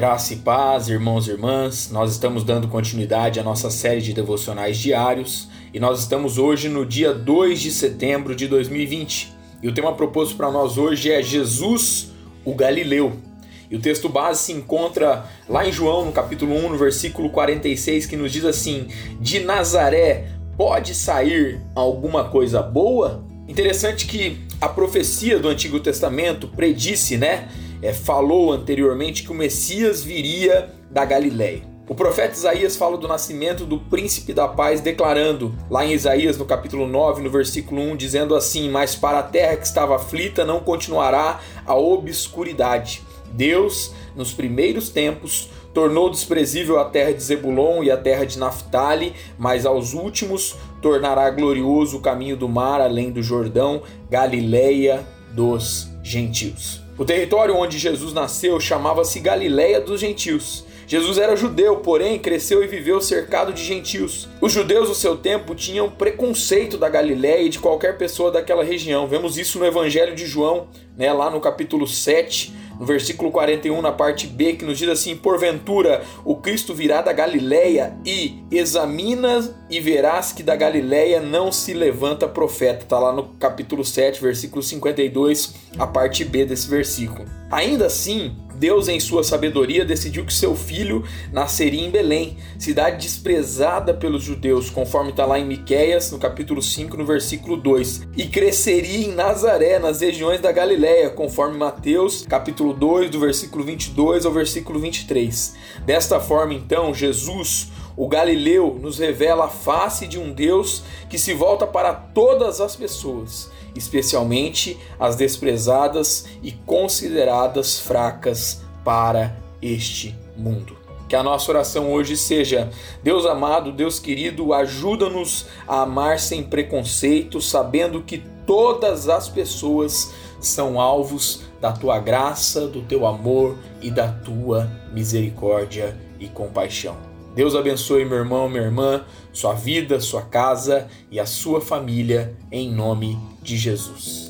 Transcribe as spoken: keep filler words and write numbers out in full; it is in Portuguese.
Graça e paz, irmãos e irmãs, nós estamos dando continuidade à nossa série de devocionais diários e nós estamos hoje no dia dois de setembro de dois mil e vinte e o tema proposto para nós hoje é Jesus, o Galileu. E o texto base se encontra lá em João, no capítulo um, no versículo quarenta e seis, que nos diz assim: de Nazaré pode sair alguma coisa boa? Interessante que a profecia do Antigo Testamento predisse, né? É, falou anteriormente que o Messias viria da Galileia. O profeta Isaías fala do nascimento do príncipe da paz, declarando lá em Isaías no capítulo nove, no versículo um, dizendo assim: mas para a terra que estava aflita não continuará a obscuridade. Deus, nos primeiros tempos, tornou desprezível a terra de Zebulon e a terra de Naftali, mas aos últimos tornará glorioso o caminho do mar além do Jordão, Galileia dos gentios. O território onde Jesus nasceu chamava-se Galileia dos gentios. Jesus era judeu, porém cresceu e viveu cercado de gentios. Os judeus do seu tempo tinham preconceito da Galileia e de qualquer pessoa daquela região. Vemos isso no Evangelho de João, né, lá no capítulo sete, no versículo quarenta e um, na parte B, que nos diz assim: porventura o Cristo virá da Galileia, e examina e verás que da Galileia não se levanta profeta. Está lá no capítulo sete, versículo cinquenta e dois, a parte B desse versículo. Ainda assim, Deus, em sua sabedoria, decidiu que seu filho nasceria em Belém, cidade desprezada pelos judeus, conforme está lá em Miqueias, no capítulo cinco, no versículo dois, e cresceria em Nazaré, nas regiões da Galileia, conforme Mateus, capítulo dois, do versículo vinte e dois ao versículo vinte e três. Desta forma, então, Jesus, o Galileu, nos revela a face de um Deus que se volta para todas as pessoas, especialmente as desprezadas e consideradas fracas para este mundo. Que a nossa oração hoje seja: Deus amado, Deus querido, ajuda-nos a amar sem preconceito, sabendo que todas as pessoas são alvos da tua graça, do teu amor e da tua misericórdia e compaixão. Deus abençoe meu irmão, minha irmã, sua vida, sua casa e a sua família, em nome de Jesus.